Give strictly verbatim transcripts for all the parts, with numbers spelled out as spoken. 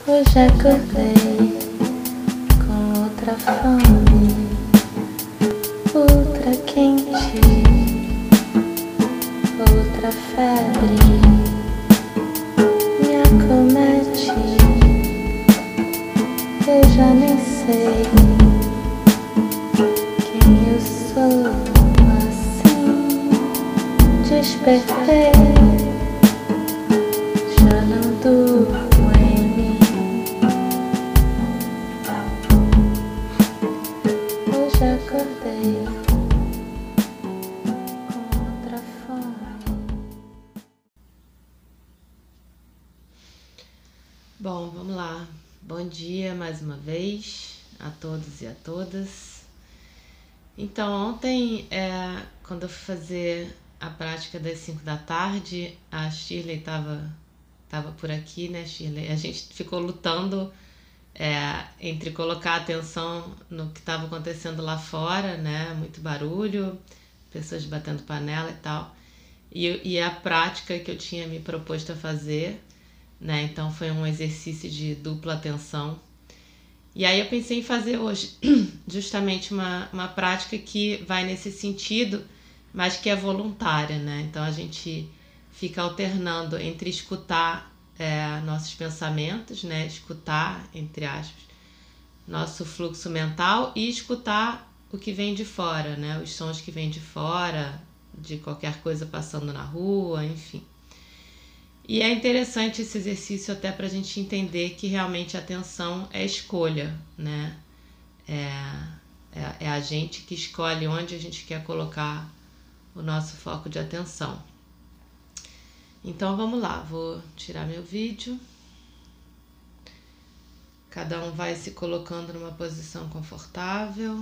Hoje acordei com outra fome, outra quente, outra febre me acomete. Eu já nem sei quem eu sou assim. Despertei, já não durmo em mim. Hoje acordei com outra fome. Bom, vamos lá. Bom dia mais uma vez a todos e a todas. Então, ontem, é, quando eu fui fazer a prática das cinco da tarde, a Shirley estava tava por aqui, né, Shirley? A gente ficou lutando é, entre colocar atenção no que estava acontecendo lá fora, né? Muito barulho, pessoas batendo panela e tal. E, e a prática que eu tinha me proposto a fazer, né? Então foi um exercício de dupla atenção. E aí eu pensei em fazer hoje justamente uma, uma prática que vai nesse sentido, mas que é voluntária, né? Então a gente fica alternando entre escutar é, nossos pensamentos, né? Escutar, entre aspas, nosso fluxo mental e escutar o que vem de fora, né? Os sons que vêm de fora, de qualquer coisa passando na rua, enfim. E é interessante esse exercício até para a gente entender que realmente a atenção é escolha, né? É, é, é a gente que escolhe onde a gente quer colocar o nosso foco de atenção. Então vamos lá, vou tirar meu vídeo. Cada um vai se colocando numa posição confortável.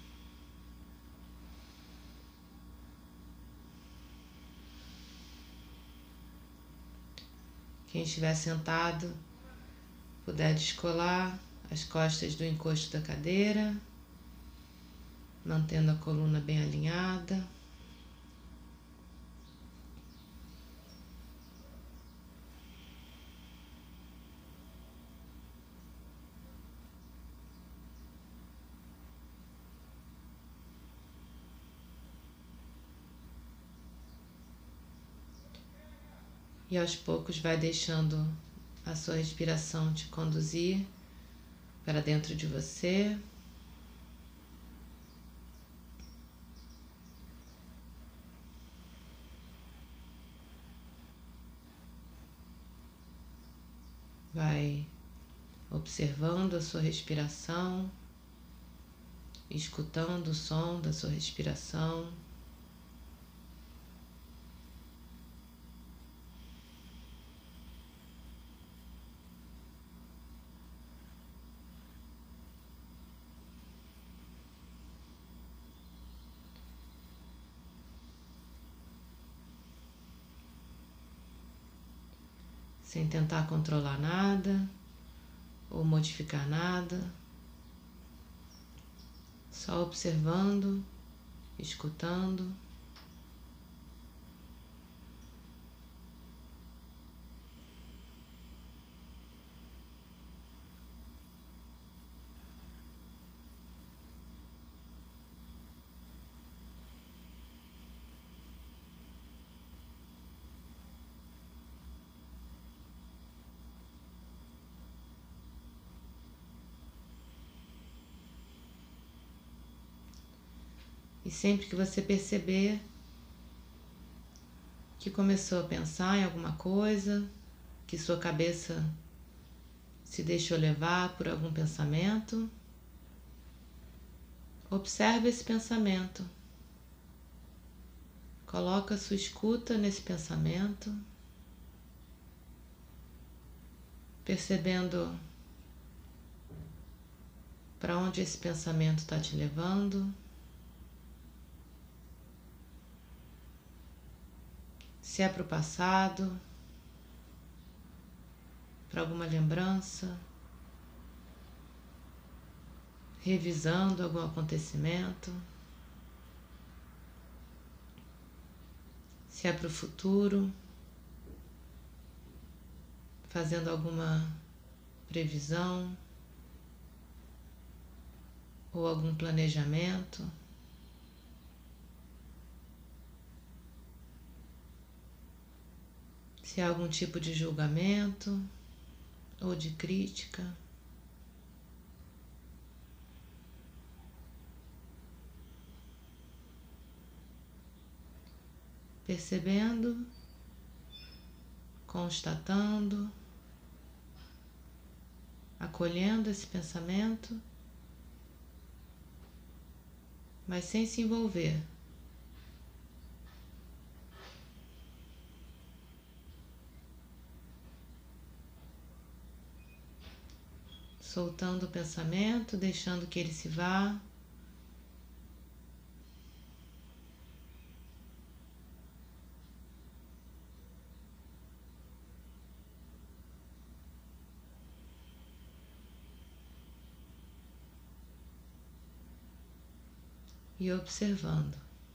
Quem estiver sentado, puder descolar as costas do encosto da cadeira, mantendo a coluna bem alinhada. E aos poucos vai deixando a sua respiração te conduzir para dentro de você. Vai observando a sua respiração, escutando o som da sua respiração. Sem tentar controlar nada ou modificar nada, só observando, escutando. E sempre que você perceber que começou a pensar em alguma coisa, que sua cabeça se deixou levar por algum pensamento, observe esse pensamento. Coloca a sua escuta nesse pensamento, percebendo para onde esse pensamento está te levando. Se é para o passado, para alguma lembrança, revisando algum acontecimento. Se é para o futuro, fazendo alguma previsão ou algum planejamento. Se há algum tipo de julgamento ou de crítica. Percebendo, constatando, acolhendo esse pensamento, mas sem se envolver. Soltando o pensamento, deixando que ele se vá. E observando.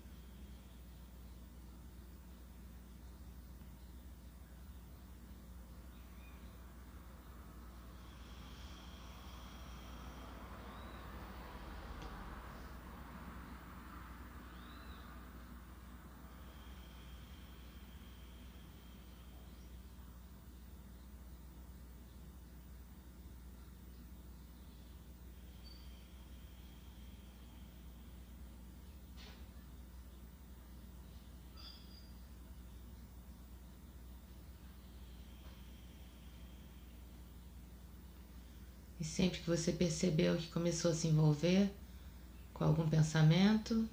E sempre que você percebeu que começou a se envolver com algum pensamento,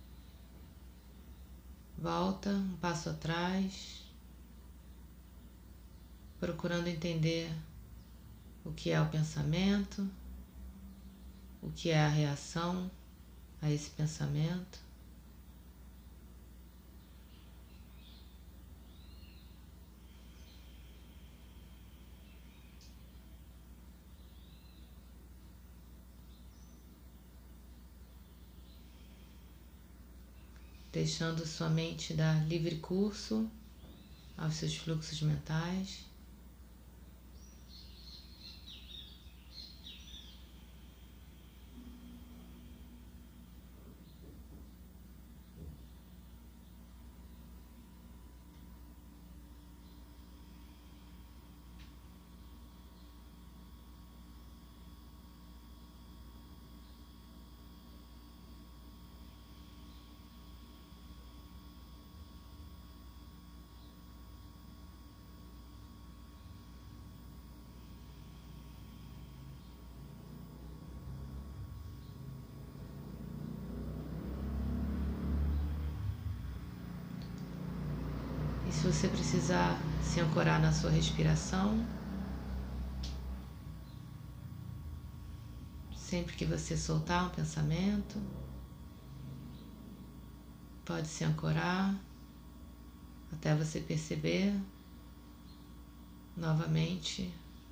volta um passo atrás, procurando entender o que é o pensamento, o que é a reação a esse pensamento. Deixando sua mente dar livre curso aos seus fluxos mentais. E se você precisar se ancorar na sua respiração, sempre que você soltar um pensamento, pode se ancorar até você perceber novamente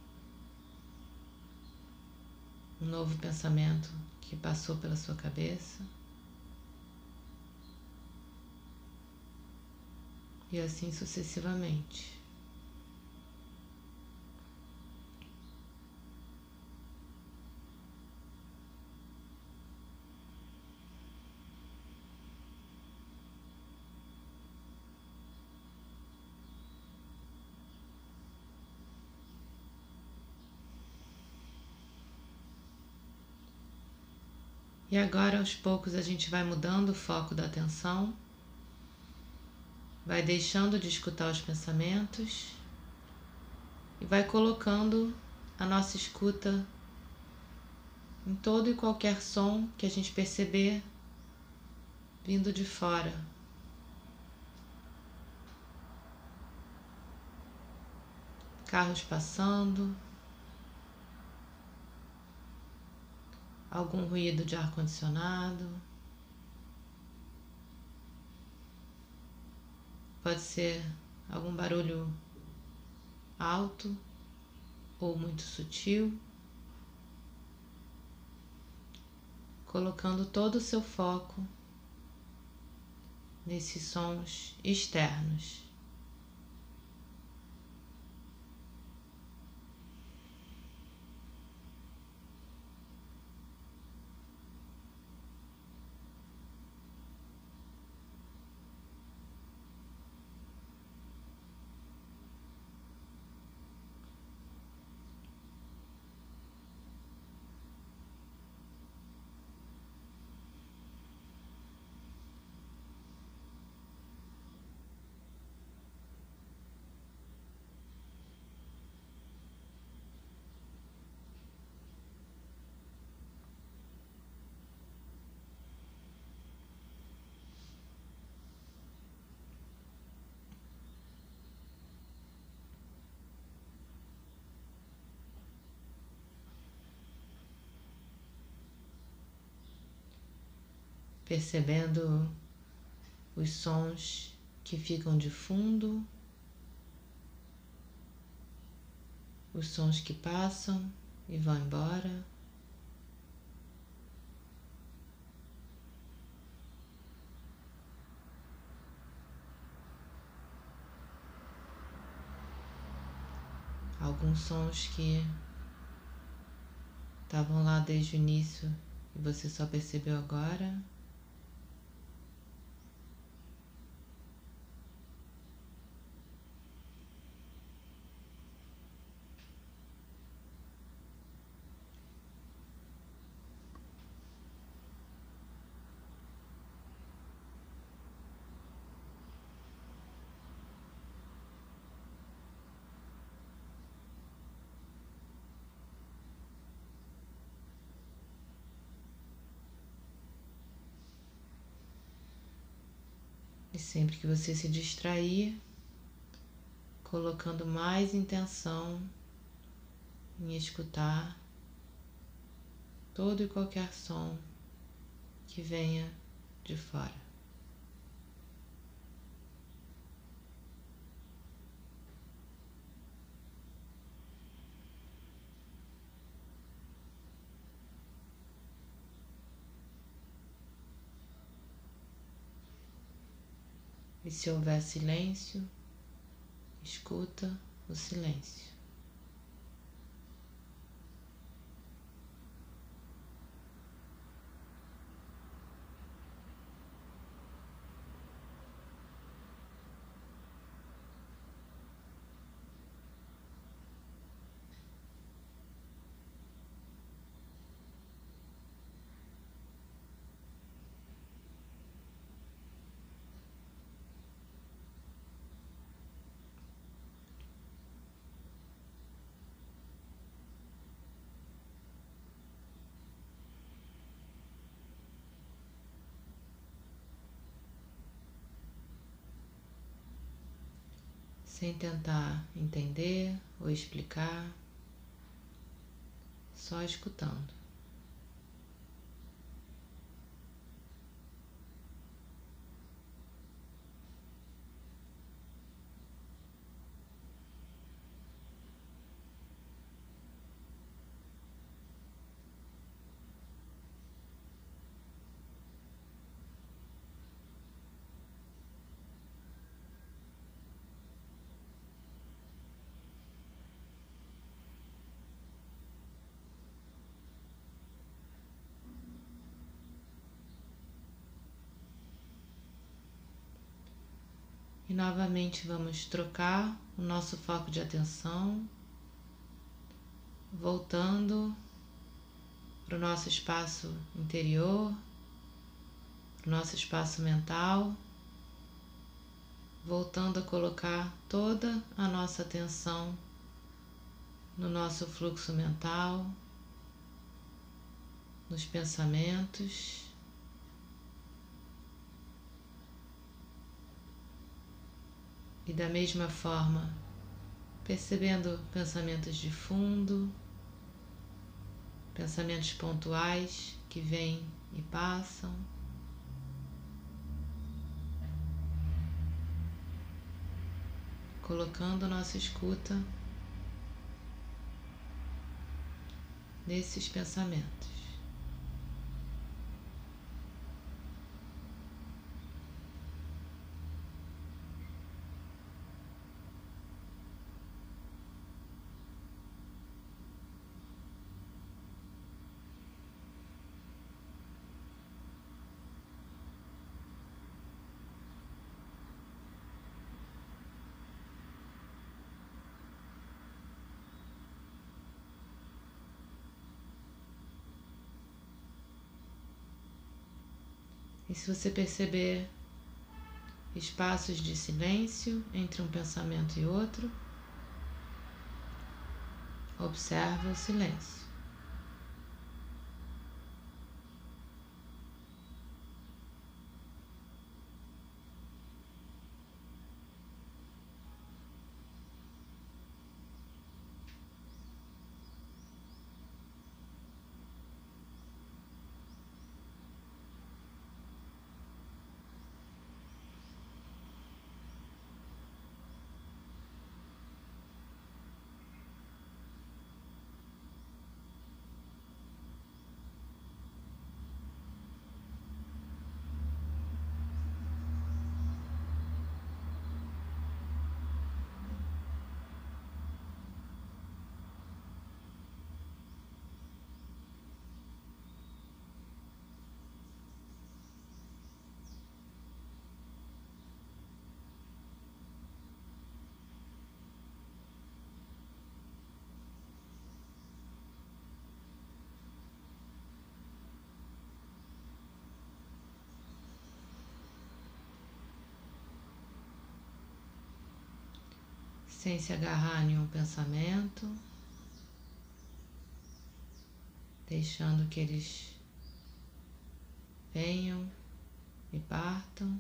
um novo pensamento que passou pela sua cabeça. E assim sucessivamente. E agora, aos poucos, a gente vai mudando o foco da atenção. Vai deixando de escutar os pensamentos e vai colocando a nossa escuta em todo e qualquer som que a gente perceber vindo de fora. Carros passando, algum ruído de ar-condicionado. Pode ser algum barulho alto ou muito sutil, colocando todo o seu foco nesses sons externos. percebendo os sons que ficam de fundo, os sons que passam e vão embora. Alguns sons que estavam lá desde o início e você só percebeu agora. E sempre que você se distrair, colocando mais intenção em escutar todo e qualquer som que venha de fora. E se houver silêncio, escuta o silêncio. Sem tentar entender ou explicar, só escutando. E novamente vamos trocar o nosso foco de atenção, voltando para o nosso espaço interior, para o nosso espaço mental, voltando a colocar toda a nossa atenção no nosso fluxo mental, nos pensamentos. E da mesma forma, percebendo pensamentos de fundo, pensamentos pontuais que vêm e passam. Colocando nossa escuta nesses pensamentos. E se você perceber espaços de silêncio entre um pensamento e outro, observa o silêncio. sem se agarrar a nenhum pensamento, deixando que eles venham e partam.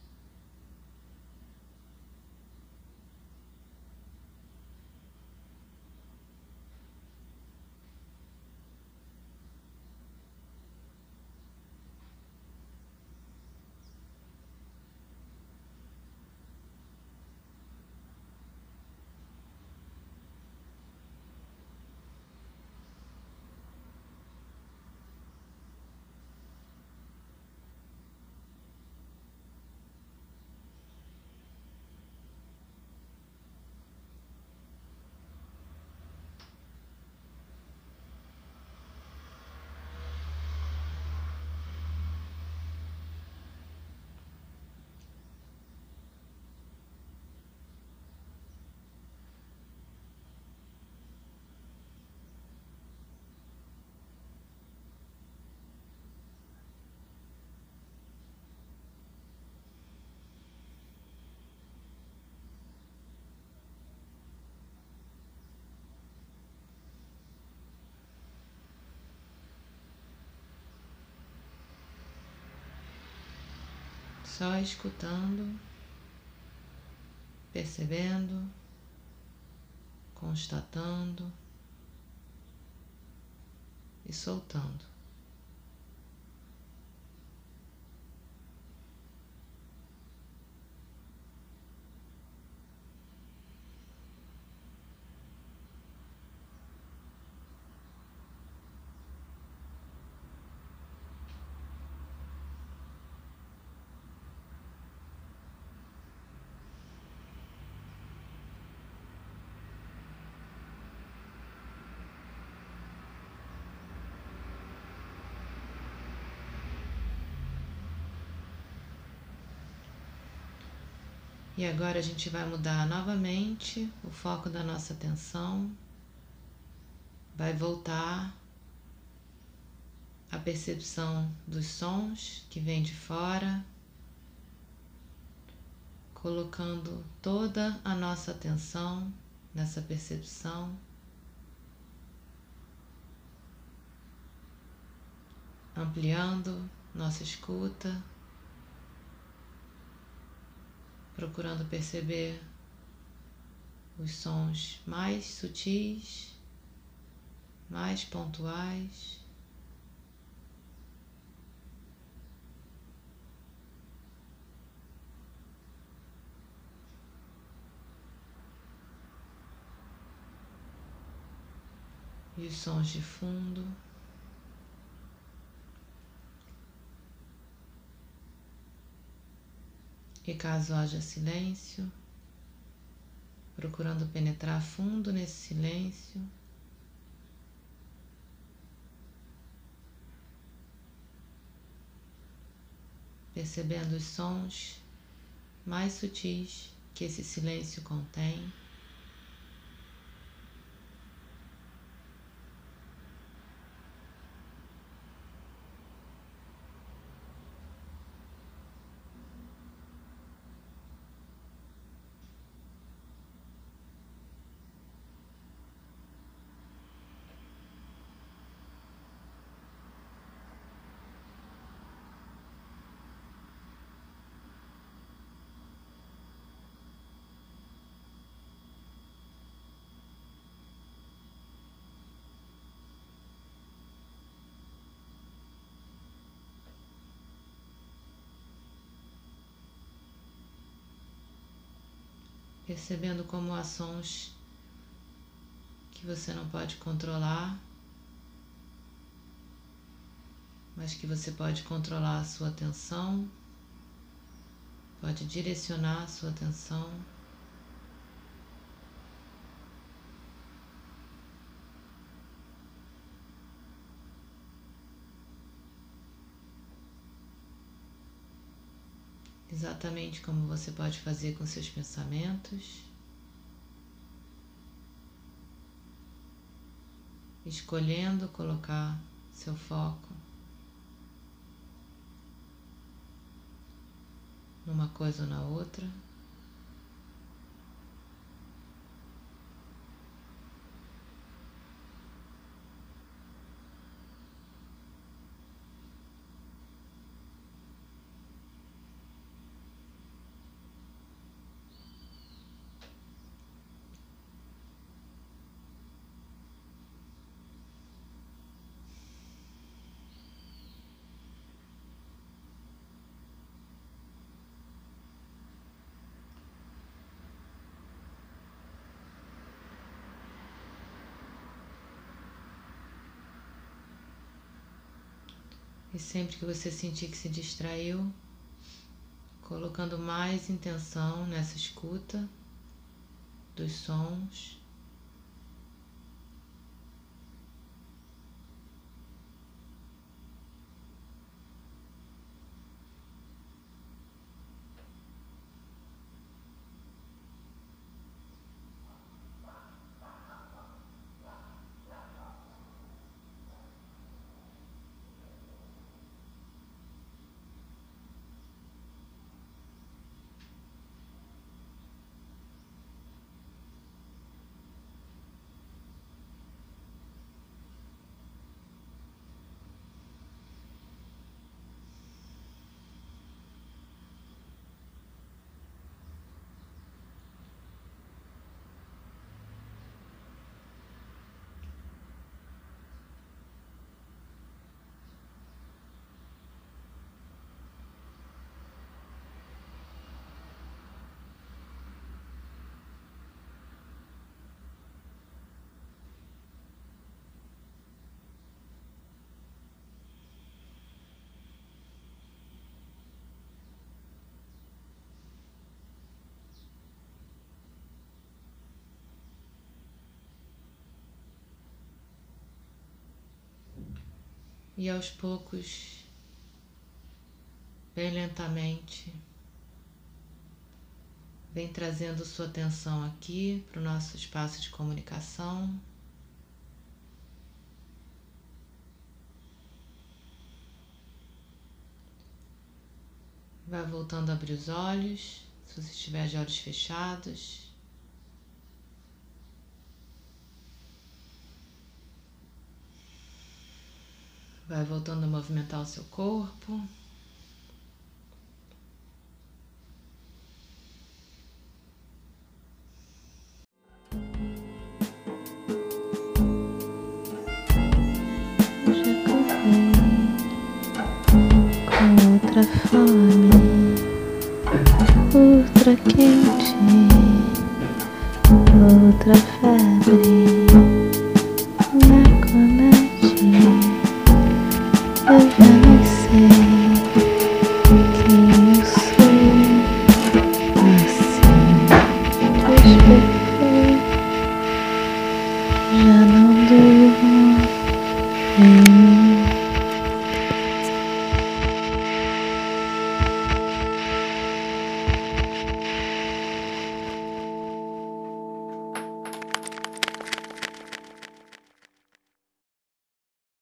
Só escutando, percebendo, constatando e soltando. E agora a gente vai mudar novamente o foco da nossa atenção, vai voltar à percepção dos sons que vêm de fora, colocando toda a nossa atenção nessa percepção, ampliando nossa escuta, procurando perceber os sons mais sutis, mais pontuais. E os sons de fundo. E caso haja silêncio, procurando penetrar fundo nesse silêncio, percebendo os sons mais sutis que esse silêncio contém. Percebendo como há sons que você não pode controlar, mas que você pode controlar a sua atenção, pode direcionar a sua atenção. Exatamente como você pode fazer com seus pensamentos, escolhendo colocar seu foco numa coisa ou na outra. E sempre que você sentir que se distraiu, colocando mais intenção nessa escuta dos sons. E aos poucos, bem lentamente, vem trazendo sua atenção aqui para o nosso espaço de comunicação. Vai voltando a abrir os olhos, se você estiver de olhos fechados. Vai voltando a movimentar o seu corpo. Já acordei com outra fome, outra quente, outra febre. Me acomete. Eu já nem sei quem eu sou, assim, despertei.